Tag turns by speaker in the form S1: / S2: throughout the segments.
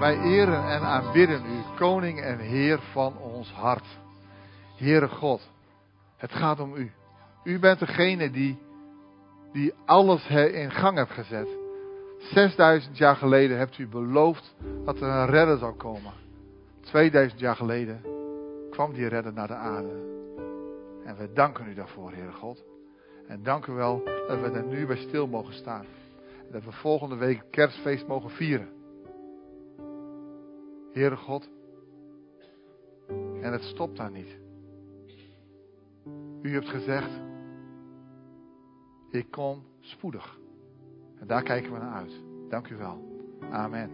S1: Wij eren en aanbidden u, koning en heer van ons hart. Heere God, het gaat om u. U bent degene die alles in gang hebt gezet. 6000 jaar geleden hebt u beloofd dat er een redder zou komen. 2000 jaar geleden kwam die redder naar de aarde. En we danken u daarvoor, Heere God. En dank u wel dat we er nu bij stil mogen staan. En dat we volgende week het kerstfeest mogen vieren. Heere God. En het stopt daar niet. U hebt gezegd, ik kom spoedig. En daar kijken we naar uit. Dank u wel. Amen.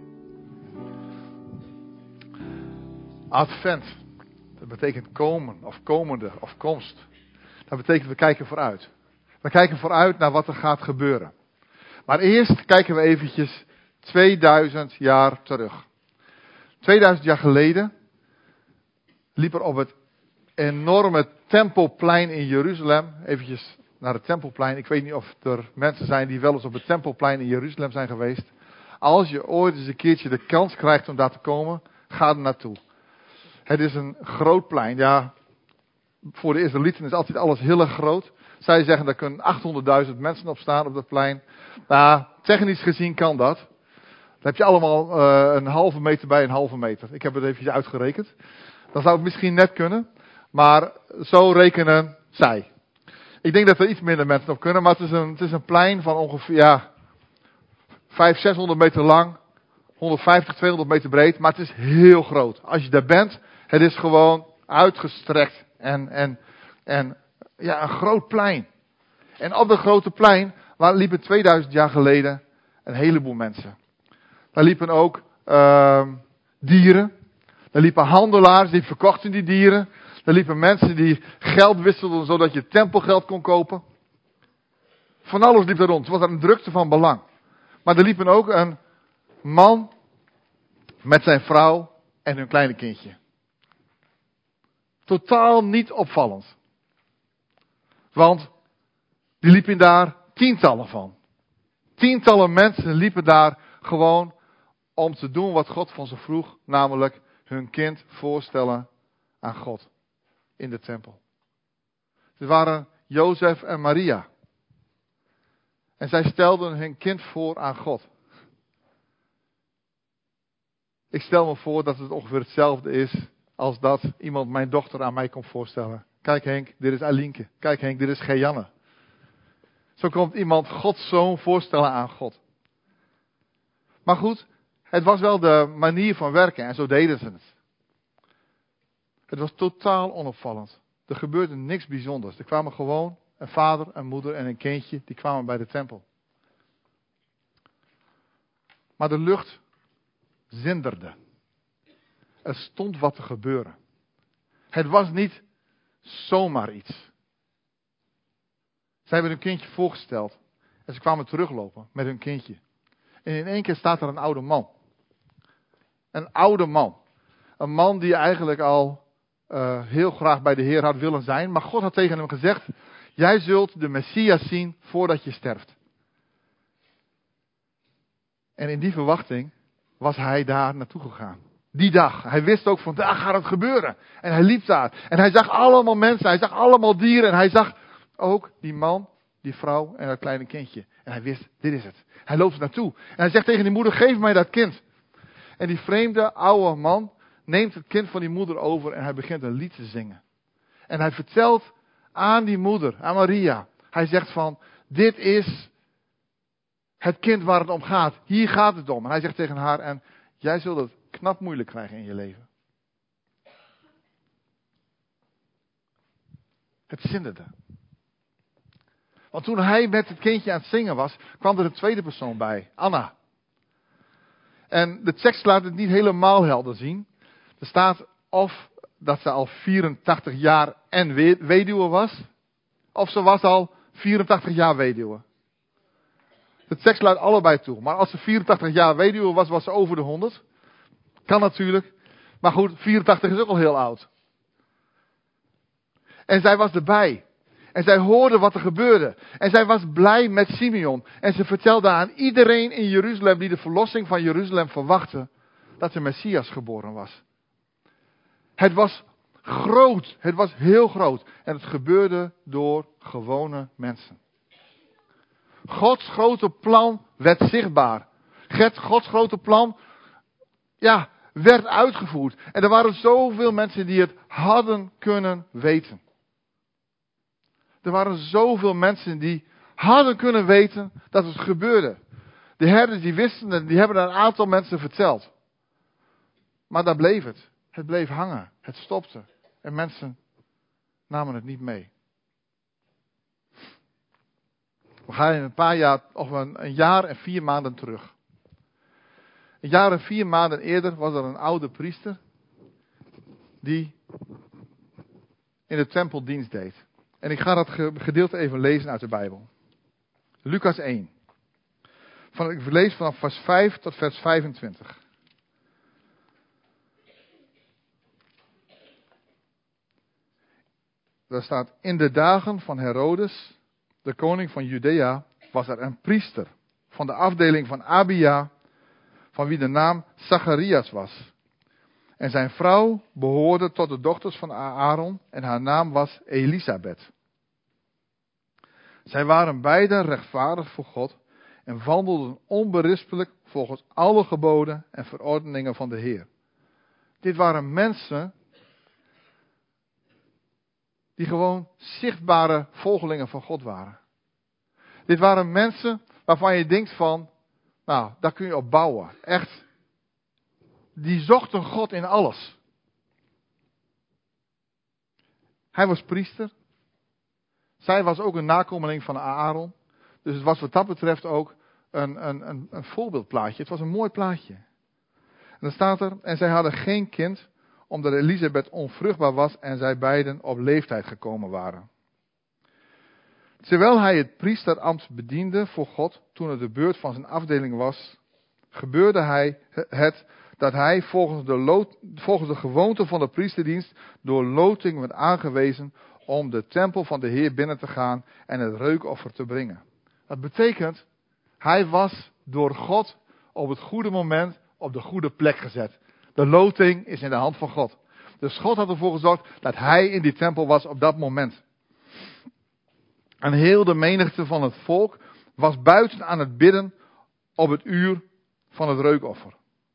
S1: Advent. Dat betekent komen of komende of komst. Dat betekent we kijken vooruit. We kijken vooruit naar wat er gaat gebeuren. Maar eerst kijken we eventjes 2000 jaar terug. 2000 jaar geleden liep er op het enorme Tempelplein in Jeruzalem. Eventjes naar het Tempelplein. Ik weet niet of er mensen zijn die wel eens op het Tempelplein in Jeruzalem zijn geweest. Als je ooit eens een keertje de kans krijgt om daar te komen, ga er naartoe. Het is een groot plein. Ja, voor de Israëlieten is altijd alles heel erg groot. Zij zeggen, daar kunnen 800.000 mensen op staan op dat plein. Nou, technisch gezien kan dat. Dan heb je allemaal een halve meter bij een halve meter. Ik heb het even uitgerekend. Dan zou het misschien net kunnen. Maar zo rekenen zij. Ik denk dat er iets minder mensen op kunnen. Maar het is een plein van ongeveer 500-600 meter lang. 150-200 meter breed. Maar het is heel groot. Als je daar bent, het is gewoon uitgestrekt. En een groot plein. En op dat grote plein liepen 2000 jaar geleden een heleboel mensen. Daar liepen ook dieren. Daar liepen handelaars die verkochten die dieren. Daar liepen mensen die geld wisselden zodat je tempelgeld kon kopen. Van alles liep er rond. Het was een drukte van belang. Maar er liepen ook een man met zijn vrouw en hun kleine kindje. Totaal niet opvallend. Want die liepen daar tientallen van. Tientallen mensen liepen daar gewoon om te doen wat God van ze vroeg. Namelijk hun kind voorstellen aan God. In de tempel. Het waren Jozef en Maria. En zij stelden hun kind voor aan God. Ik stel me voor dat het ongeveer hetzelfde is als dat iemand mijn dochter aan mij komt voorstellen. Kijk Henk, dit is Alienke. Kijk Henk, dit is Gejanne. Zo komt iemand Gods zoon voorstellen aan God. Maar goed, het was wel de manier van werken en zo deden ze het. Het was totaal onopvallend. Er gebeurde niks bijzonders. Er kwamen gewoon een vader, een moeder en een kindje, die kwamen bij de tempel. Maar de lucht zinderde. Er stond wat te gebeuren. Het was niet zomaar iets. Zij hebben hun kindje voorgesteld. En ze kwamen teruglopen met hun kindje. En in één keer staat er een oude man. Een oude man. Een man die eigenlijk al heel graag bij de Heer had willen zijn. Maar God had tegen hem gezegd, jij zult de Messias zien voordat je sterft. En in die verwachting was hij daar naartoe gegaan. Die dag. Hij wist ook, vandaag gaat het gebeuren. En hij liep daar. En hij zag allemaal mensen. Hij zag allemaal dieren. En hij zag ook die man, die vrouw en dat kleine kindje. En hij wist, dit is het. Hij loopt er naartoe. En hij zegt tegen die moeder, geef mij dat kind. En die vreemde oude man neemt het kind van die moeder over. En hij begint een lied te zingen. En hij vertelt aan die moeder, aan Maria. Hij zegt van, dit is het kind waar het om gaat. Hier gaat het om. En hij zegt tegen haar, en jij zult het knap moeilijk krijgen in je leven. Het zinderde. Want toen hij met het kindje aan het zingen was, kwam er een tweede persoon bij, Anna. En de tekst laat het niet helemaal helder zien. Er staat of dat ze al 84 jaar en weduwe was, of ze was al 84 jaar weduwe. De tekst laat allebei toe. Maar als ze 84 jaar weduwe was, was ze over de 100. Kan natuurlijk. Maar goed, 84 is ook al heel oud. En zij was erbij. En zij hoorde wat er gebeurde. En zij was blij met Simeon. En ze vertelde aan iedereen in Jeruzalem die de verlossing van Jeruzalem verwachtte, dat de Messias geboren was. Het was groot. Het was heel groot. En het gebeurde door gewone mensen. Gods grote plan werd zichtbaar. Gods grote plan, werd uitgevoerd. En er waren zoveel mensen die het hadden kunnen weten. Er waren zoveel mensen die hadden kunnen weten dat het gebeurde. De herders die wisten het, die hebben aan een aantal mensen verteld. Maar daar bleef het. Het bleef hangen. Het stopte. En mensen namen het niet mee. We gaan in een paar jaar, of een jaar en 4 maanden terug. Een jaar en 4 maanden eerder was er een oude priester die in de tempel dienst deed. En ik ga dat gedeelte even lezen uit de Bijbel. Lucas 1. Ik lees vanaf vers 5 tot vers 25. Daar staat: in de dagen van Herodes, de koning van Judea, was er een priester van de afdeling van Abia, van wie de naam Zacharias was. En zijn vrouw behoorde tot de dochters van Aaron en haar naam was Elisabeth. Zij waren beiden rechtvaardig voor God en wandelden onberispelijk volgens alle geboden en verordeningen van de Heer. Dit waren mensen die gewoon zichtbare volgelingen van God waren. Dit waren mensen waarvan je denkt van, nou, daar kun je op bouwen. Echt. Die zochten God in alles. Hij was priester. Zij was ook een nakomeling van Aaron. Dus het was wat dat betreft ook een voorbeeldplaatje. Het was een mooi plaatje. En dan staat er, en zij hadden geen kind, omdat Elisabeth onvruchtbaar was en zij beiden op leeftijd gekomen waren. Terwijl hij het priesterambt bediende voor God, toen het de beurt van zijn afdeling was, gebeurde het dat hij volgens de gewoonte van de priesterdienst door loting werd aangewezen om de tempel van de Heer binnen te gaan en het reukoffer te brengen. Dat betekent, hij was door God op het goede moment op de goede plek gezet. De loting is in de hand van God. Dus God had ervoor gezorgd dat hij in die tempel was op dat moment. En heel de menigte van het volk was buiten aan het bidden op het uur van het reukoffer.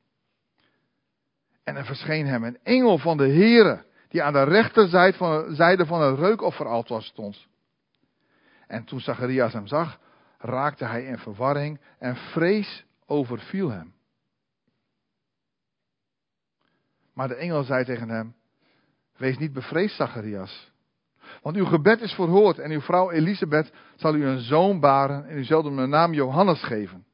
S1: En er verscheen hem een engel van de Heere, die aan de rechterzijde van het reukofferaltaar stond. En toen Zacharias hem zag, raakte hij in verwarring en vrees overviel hem. Maar de engel zei tegen hem: wees niet bevreesd, Zacharias. Want uw gebed is verhoord en uw vrouw Elisabeth zal u een zoon baren en u zult hem de naam Johannes geven.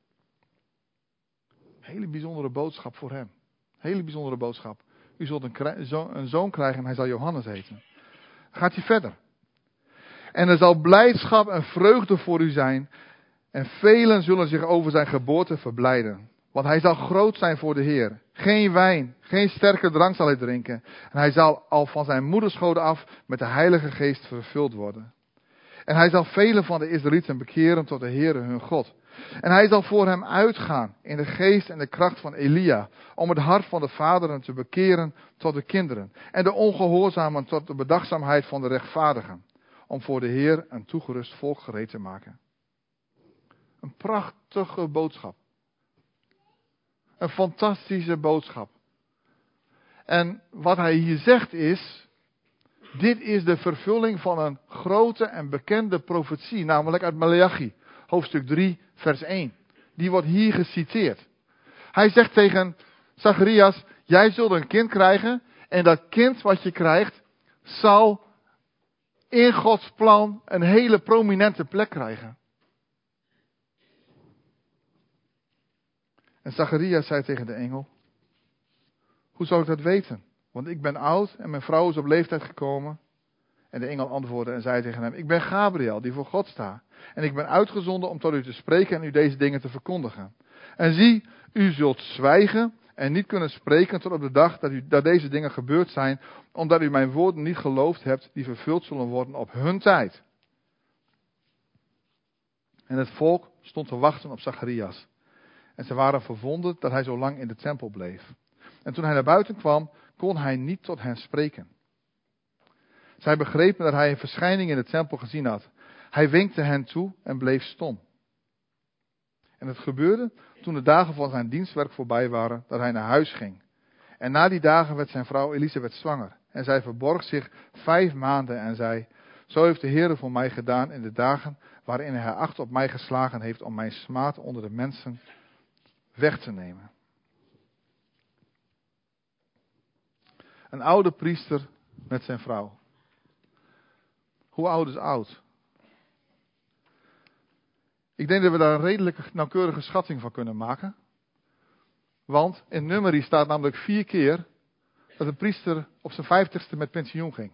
S1: Hele bijzondere boodschap voor hem. Hele bijzondere boodschap. U zult een zoon krijgen en hij zal Johannes heten. Gaat hij verder. En er zal blijdschap en vreugde voor u zijn. En velen zullen zich over zijn geboorte verblijden. Want hij zal groot zijn voor de Heer. Geen wijn, geen sterke drank zal hij drinken. En hij zal al van zijn moederschoot af met de Heilige Geest vervuld worden. En hij zal velen van de Israëlieten bekeren tot de Heere hun God. En hij zal voor hem uitgaan in de geest en de kracht van Elia, om het hart van de vaderen te bekeren tot de kinderen. En de ongehoorzamen tot de bedachtzaamheid van de rechtvaardigen. Om voor de Heer een toegerust volk gereed te maken. Een prachtige boodschap. Een fantastische boodschap. En wat hij hier zegt is, dit is de vervulling van een grote en bekende profetie, namelijk uit Maleachi, hoofdstuk 3, vers 1. Die wordt hier geciteerd. Hij zegt tegen Zacharias, jij zult een kind krijgen en dat kind wat je krijgt zal in Gods plan een hele prominente plek krijgen. En Zacharias zei tegen de engel, hoe zal ik dat weten? Want ik ben oud en mijn vrouw is op leeftijd gekomen. En de engel antwoordde en zei tegen hem, ik ben Gabriel, die voor God staat. En ik ben uitgezonden om tot u te spreken en u deze dingen te verkondigen. En zie, u zult zwijgen en niet kunnen spreken tot op de dag dat deze dingen gebeurd zijn, omdat u mijn woorden niet geloofd hebt, die vervuld zullen worden op hun tijd. En het volk stond te wachten op Zacharias. En ze waren verwonderd dat hij zo lang in de tempel bleef. En toen hij naar buiten kwam, kon hij niet tot hen spreken. Zij begrepen dat hij een verschijning in de tempel gezien had. Hij wenkte hen toe en bleef stom. En het gebeurde toen de dagen van zijn dienstwerk voorbij waren, dat hij naar huis ging. En na die dagen werd zijn vrouw Elisabeth zwanger. En zij verborg zich 5 maanden en zei: zo heeft de Heere voor mij gedaan in de dagen waarin hij acht op mij geslagen heeft om mijn smaad onder de mensen weg te nemen. Een oude priester met zijn vrouw. Hoe oud is oud? Ik denk dat we daar een redelijk nauwkeurige schatting van kunnen maken. Want in Numeri staat namelijk 4 keer dat een priester op zijn 50ste met pensioen ging.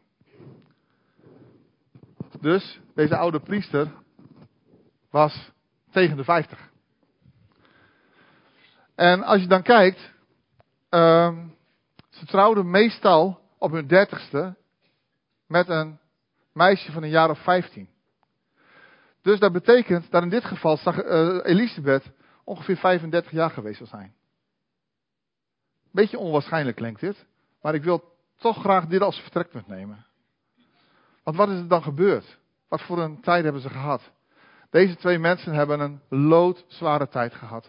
S1: Dus deze oude priester was tegen de 50. En als je dan kijkt, ze trouwden meestal op hun 30ste met een meisje van een jaar of 15. Dus dat betekent dat in dit geval Elisabeth ongeveer 35 jaar geweest zal zijn. Beetje onwaarschijnlijk klinkt dit, maar ik wil toch graag dit als vertrekpunt nemen. Want wat is er dan gebeurd? Wat voor een tijd hebben ze gehad? Deze 2 mensen hebben een loodzware tijd gehad.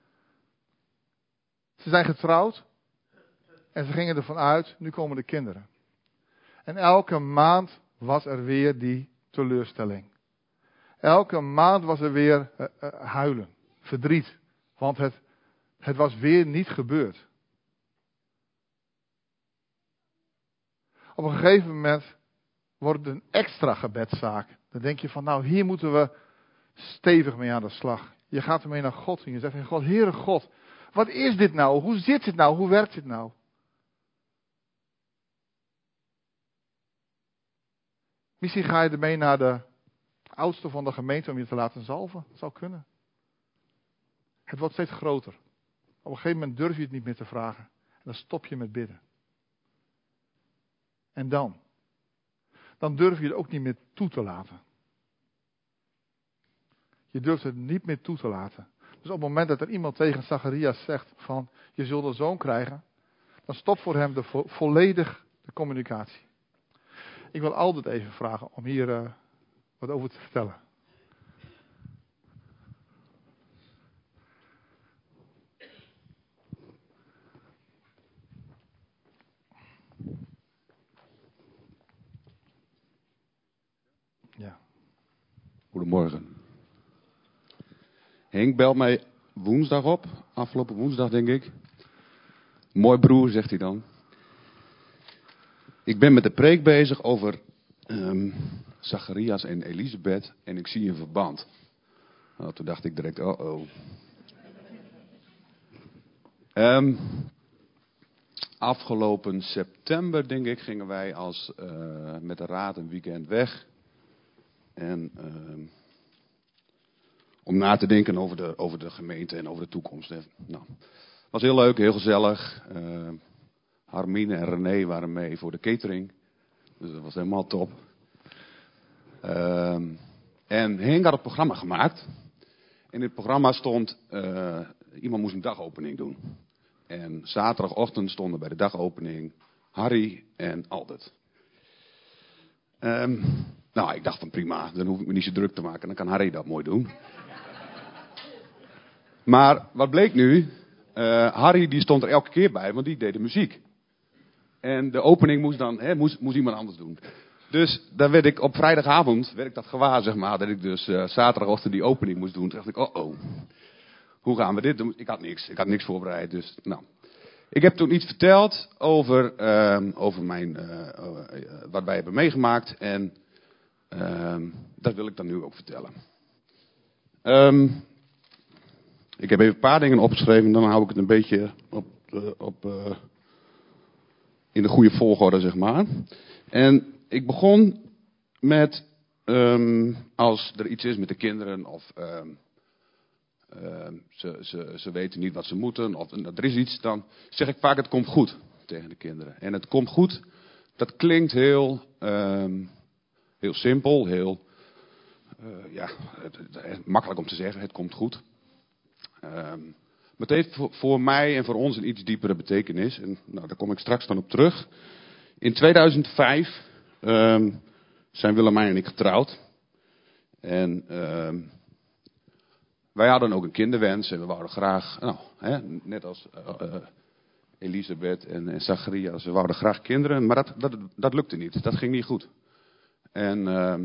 S1: Ze zijn getrouwd en ze gingen ervan uit, nu komen de kinderen. En elke maand was er weer die teleurstelling. Elke maand was er weer huilen, verdriet, want het was weer niet gebeurd. Op een gegeven moment wordt het een extra gebedszaak. Dan denk je van, nou, hier moeten we stevig mee aan de slag. Je gaat ermee naar God en je zegt van God, Heere God, wat is dit nou? Hoe zit dit nou? Hoe werkt dit nou? Misschien ga je ermee naar de oudste van de gemeente om je te laten zalven. Dat zou kunnen. Het wordt steeds groter. Op een gegeven moment durf je het niet meer te vragen. En dan stop je met bidden. En dan durf je het ook niet meer toe te laten. Je durft het niet meer toe te laten. Dus op het moment dat er iemand tegen Zacharias zegt van, je zult een zoon krijgen, dan stopt voor hem volledig de communicatie. Ik wil altijd even vragen om hier wat over te vertellen. Ja.
S2: Goedemorgen. Henk belt mij woensdag op. Afgelopen woensdag, denk ik. Mooi broer, zegt hij dan. Ik ben met de preek bezig over Zacharias en Elisabeth. En ik zie een verband. Nou, toen dacht ik direct, oh. Afgelopen september, denk ik, gingen wij met de raad een weekend weg. En om na te denken over de gemeente en over de toekomst. Nou, het was heel leuk, heel gezellig. Harmine en René waren mee voor de catering. Dus dat was helemaal top. En Henk had het programma gemaakt. In het programma stond, iemand moest een dagopening doen. En zaterdagochtend stonden bij de dagopening Harry en Albert. Nou, ik dacht van prima, dan hoef ik me niet zo druk te maken. Dan kan Harry dat mooi doen. Maar wat bleek nu? Harry die stond er elke keer bij, want die deed de muziek. En de opening moest dan, moest iemand anders doen. Dus daar werd ik op vrijdagavond, dat gewaar zeg maar, dat ik dus zaterdagochtend die opening moest doen. Toen dacht ik, hoe gaan we dit doen? Ik had niks voorbereid, dus nou. Ik heb toen iets verteld over wat wij hebben meegemaakt en dat wil ik dan nu ook vertellen. Ik heb even een paar dingen opgeschreven, dan hou ik het een beetje in de goede volgorde, zeg maar. En ik begon met, als er iets is met de kinderen, of ze weten niet wat ze moeten, of er is iets, dan zeg ik vaak het komt goed tegen de kinderen. En het komt goed, dat klinkt heel simpel, heel makkelijk om te zeggen, het komt goed. het heeft voor mij en voor ons een iets diepere betekenis. En nou, daar kom ik straks dan op terug. In 2005 zijn Willemijn en ik getrouwd. En wij hadden ook een kinderwens. En we wouden graag, net als Elisabeth en Zacharias, we wouden graag kinderen. Maar dat lukte niet. Dat ging niet goed. En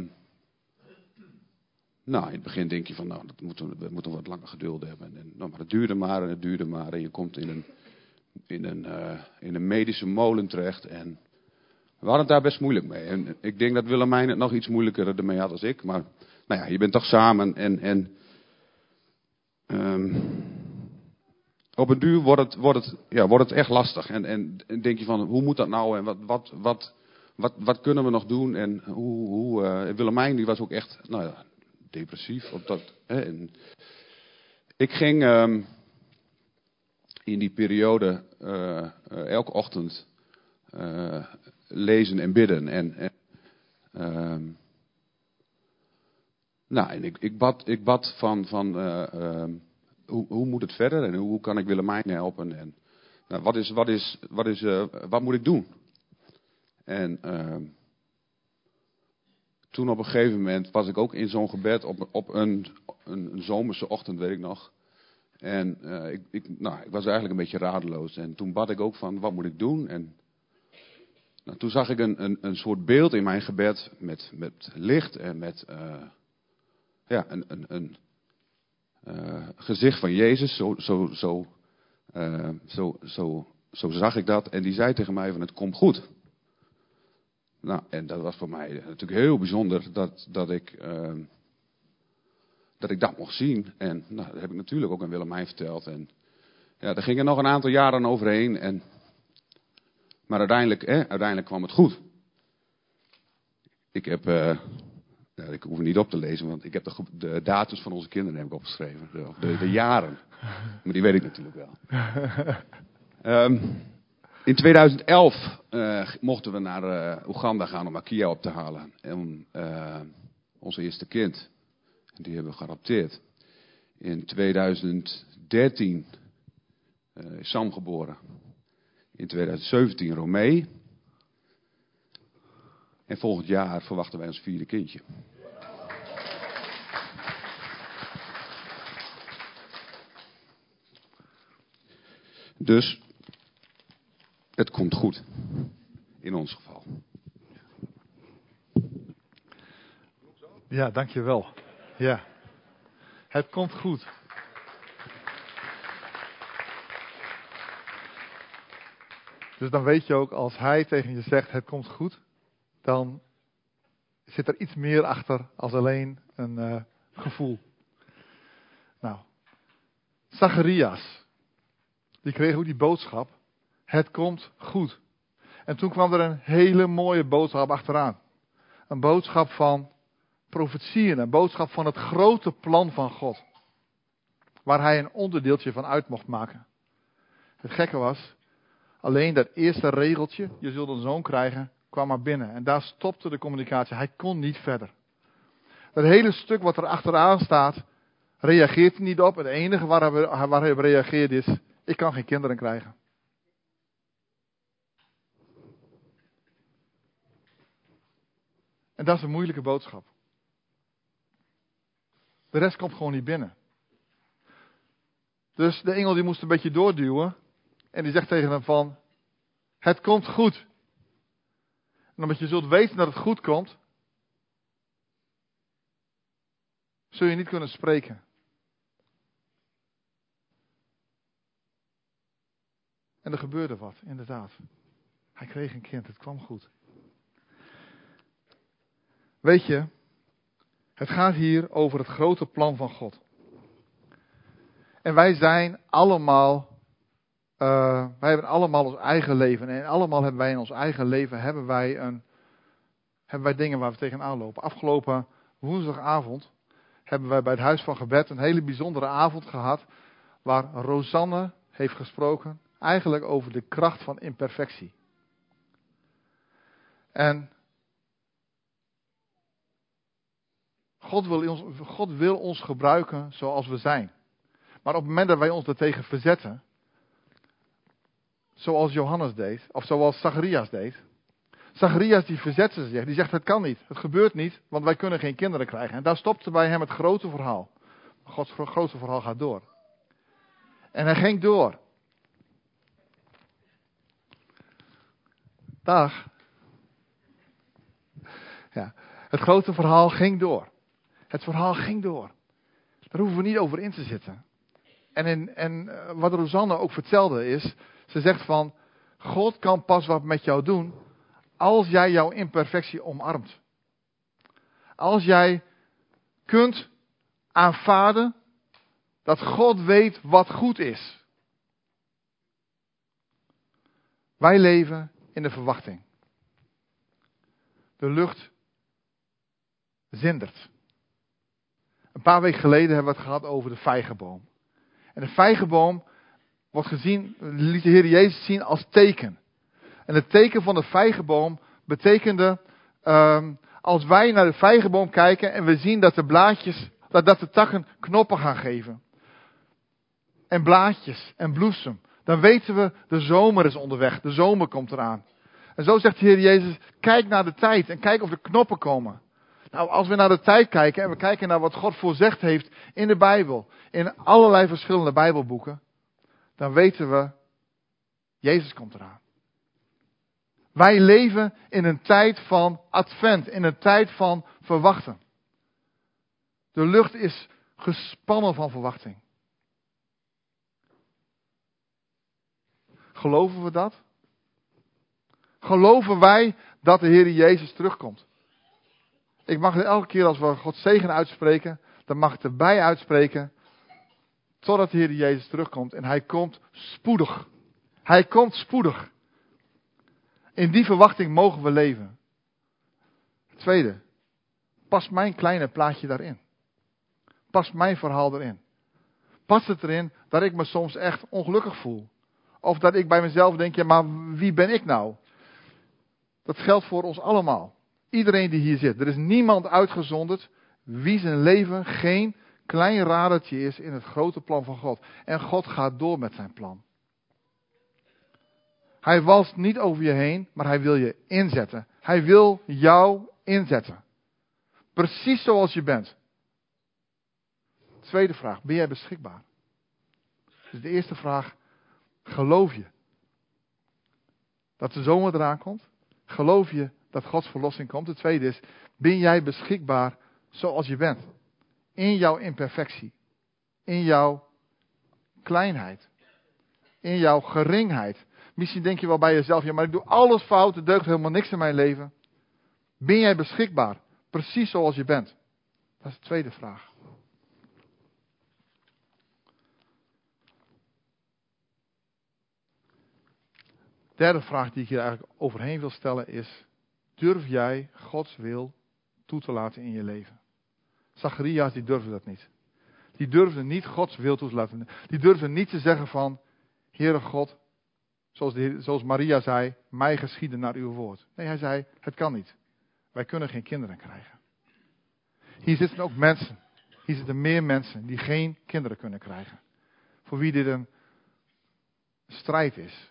S2: in het begin denk je van, we moeten wat langer geduld hebben. En, maar het duurde maar en het duurde maar. En je komt in een medische molen terecht. En we hadden het daar best moeilijk mee. En ik denk dat Willemijn het nog iets moeilijker ermee had als ik. Maar je bent toch samen. En op een duur wordt het echt lastig. En denk je van, hoe moet dat nou? En wat kunnen we nog doen? En Willemijn die was ook echt depressief. En ik ging in die periode elke ochtend lezen en bidden. En ik bad van hoe moet het verder en hoe kan ik Willemijn helpen? En wat moet ik doen? En toen op een gegeven moment was ik ook in zo'n gebed op een zomerse ochtend, weet ik nog. En ik was eigenlijk een beetje radeloos. En toen bad ik ook van, wat moet ik doen? En toen zag ik een soort beeld in mijn gebed met licht en met een gezicht van Jezus. Zo zag ik dat. En die zei tegen mij van, het komt goed. En dat was voor mij natuurlijk heel bijzonder dat ik dat mocht zien. En dat heb ik natuurlijk ook aan Willemijn verteld. En daar gingen nog een aantal jaren overheen. Maar uiteindelijk kwam het goed. Ik heb, ik hoef het niet op te lezen, want ik heb de datums van onze kinderen heb ik opgeschreven. De jaren. Maar die weet ik natuurlijk wel. In 2011 mochten we naar Oeganda gaan om Akia op te halen. En onze eerste kind. Die hebben we geadopteerd. In 2013 is Sam geboren. In 2017 Romee. En volgend jaar verwachten wij ons 4e kindje. Dus het komt goed. In ons geval.
S1: Ja, dankjewel. Ja. Het komt goed. Dus dan weet je ook, als hij tegen je zegt, het komt goed, dan zit er iets meer achter als alleen een gevoel. Nou, Zacharias, die kreeg ook die boodschap, het komt goed. En toen kwam er een hele mooie boodschap achteraan. Een boodschap van profetieën, een boodschap van het grote plan van God. Waar hij een onderdeeltje van uit mocht maken. Het gekke was, alleen dat eerste regeltje, je zult een zoon krijgen, kwam maar binnen. En daar stopte de communicatie. Hij kon niet verder. Dat hele stuk wat er achteraan staat, reageert hij niet op. Het enige waar hij op reageert is, ik kan geen kinderen krijgen. En dat is een moeilijke boodschap. De rest komt gewoon niet binnen. Dus de engel die moest een beetje doorduwen. En die zegt tegen hem van, het komt goed. En omdat je zult weten dat het goed komt, zul je niet kunnen spreken. En er gebeurde wat, inderdaad. Hij kreeg een kind, het kwam goed. Weet je, het gaat hier over het grote plan van God. En wij zijn allemaal, wij hebben allemaal ons eigen leven. En allemaal hebben wij in ons eigen leven, hebben wij dingen waar we tegenaan lopen. Afgelopen woensdagavond hebben wij bij het Huis van Gebed een hele bijzondere avond gehad. Waar Rosanne heeft gesproken, eigenlijk over de kracht van imperfectie. En God wil ons gebruiken zoals we zijn. Maar op het moment dat wij ons daartegen verzetten, zoals Johannes deed, of zoals Zacharias deed. Zacharias die verzette zich, die zegt het kan niet, het gebeurt niet, want wij kunnen geen kinderen krijgen. En daar stopte bij hem het grote verhaal. Gods grote verhaal gaat door. En hij ging door. Dag. Ja, het grote verhaal ging door. Het verhaal ging door. Daar hoeven we niet over in te zitten. En wat Rosanne ook vertelde is, ze zegt van, God kan pas wat met jou doen als jij jouw imperfectie omarmt. Als jij kunt aanvaarden dat God weet wat goed is. Wij leven in de verwachting. De lucht zindert. Een paar weken geleden hebben we het gehad over de vijgenboom. En de vijgenboom wordt gezien, liet de Heer Jezus zien als teken. En het teken van de vijgenboom betekende, als wij naar de vijgenboom kijken en we zien dat de blaadjes, dat de takken knoppen gaan geven. En blaadjes en bloesem. Dan weten we, de zomer is onderweg, de zomer komt eraan. En zo zegt de Heer Jezus, kijk naar de tijd en kijk of de knoppen komen. Nou, als we naar de tijd kijken en we kijken naar wat God voorzegd heeft in de Bijbel, in allerlei verschillende Bijbelboeken, dan weten we, Jezus komt eraan. Wij leven in een tijd van advent, in een tijd van verwachten. De lucht is gespannen van verwachting. Geloven we dat? Geloven wij dat de Heer Jezus terugkomt? Ik mag het elke keer als we Gods zegen uitspreken, dan mag ik erbij uitspreken, totdat de Heer Jezus terugkomt. En Hij komt spoedig. Hij komt spoedig. In die verwachting mogen we leven. Tweede, past mijn kleine plaatje daarin? Past mijn verhaal erin? Past het erin dat ik me soms echt ongelukkig voel? Of dat ik bij mezelf denk, ja, maar wie ben ik nou? Dat geldt voor ons allemaal. Iedereen die hier zit. Er is niemand uitgezonderd wie zijn leven geen klein radertje is in het grote plan van God. En God gaat door met zijn plan. Hij walst niet over je heen, maar hij wil je inzetten. Hij wil jou inzetten. Precies zoals je bent. Tweede vraag, ben jij beschikbaar? Dus de eerste vraag, geloof je dat de zomer eraan komt? Geloof je dat Gods verlossing komt? De tweede is, ben jij beschikbaar zoals je bent? In jouw imperfectie. In jouw kleinheid. In jouw geringheid. Misschien denk je wel bij jezelf, ja, maar ik doe alles fout, er deugt helemaal niks in mijn leven. Ben jij beschikbaar? Precies zoals je bent? Dat is de tweede vraag. De derde vraag die ik hier eigenlijk overheen wil stellen is, durf jij Gods wil toe te laten in je leven? Zacharias die durfde dat niet. Die durfde niet Gods wil toe te laten. Die durfde niet te zeggen van, Heere God, zoals Maria zei, mij geschieden naar uw woord. Nee, hij zei, het kan niet. Wij kunnen geen kinderen krijgen. Hier zitten ook mensen. Hier zitten meer mensen die geen kinderen kunnen krijgen. Voor wie dit een strijd is.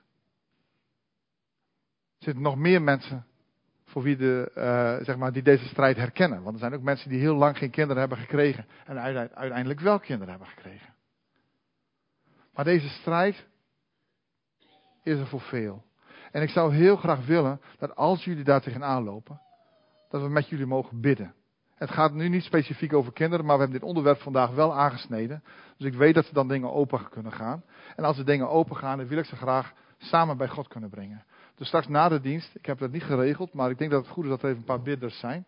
S1: Er zitten nog meer mensen voor wie die deze strijd herkennen. Want er zijn ook mensen die heel lang geen kinderen hebben gekregen. En uiteindelijk wel kinderen hebben gekregen. Maar deze strijd is er voor veel. En ik zou heel graag willen dat als jullie daar tegenaan lopen, dat we met jullie mogen bidden. Het gaat nu niet specifiek over kinderen, maar we hebben dit onderwerp vandaag wel aangesneden. Dus ik weet dat er dan dingen open kunnen gaan. En als er dingen open gaan, dan wil ik ze graag samen bij God kunnen brengen. Dus straks na de dienst, ik heb dat niet geregeld, maar ik denk dat het goed is dat er even een paar bidders zijn.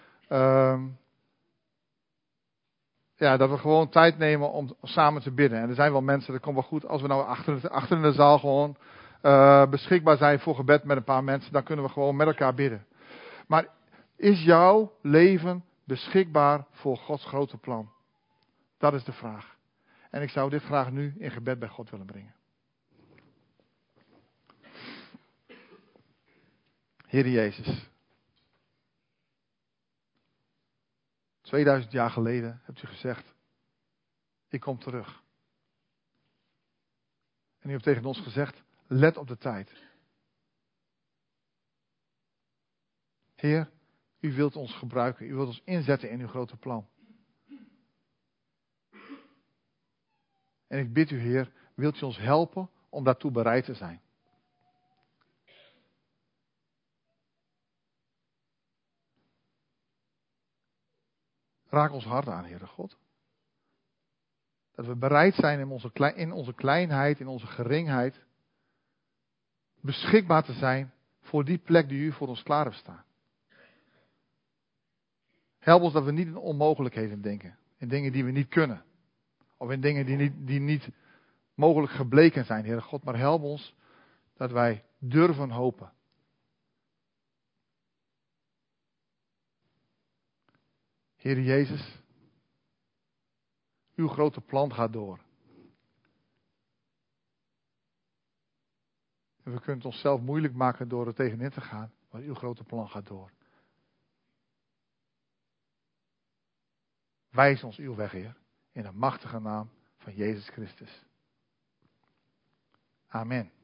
S1: Dat we gewoon tijd nemen om samen te bidden. En er zijn wel mensen, dat komt wel goed, als we nou achter in de zaal gewoon beschikbaar zijn voor gebed met een paar mensen, dan kunnen we gewoon met elkaar bidden. Maar is jouw leven beschikbaar voor Gods grote plan? Dat is de vraag. En ik zou dit graag nu in gebed bij God willen brengen. Heer Jezus. 2000 jaar geleden hebt u gezegd, ik kom terug. En u heeft tegen ons gezegd, let op de tijd. Heer, u wilt ons gebruiken. U wilt ons inzetten in uw grote plan. En ik bid u, Heer, wilt u ons helpen om daartoe bereid te zijn. Raak ons hart aan, Heere God. Dat we bereid zijn in onze kleinheid, in onze geringheid, beschikbaar te zijn voor die plek die u voor ons klaar hebt staan. Help ons dat we niet in onmogelijkheden denken. In dingen die we niet kunnen. Of in dingen die niet mogelijk gebleken zijn, Heere God. Maar help ons dat wij durven hopen. Heere Jezus, uw grote plan gaat door. En we kunnen het onszelf moeilijk maken door er tegenin te gaan, maar uw grote plan gaat door. Wijs ons uw weg, Heer, in de machtige naam van Jezus Christus. Amen.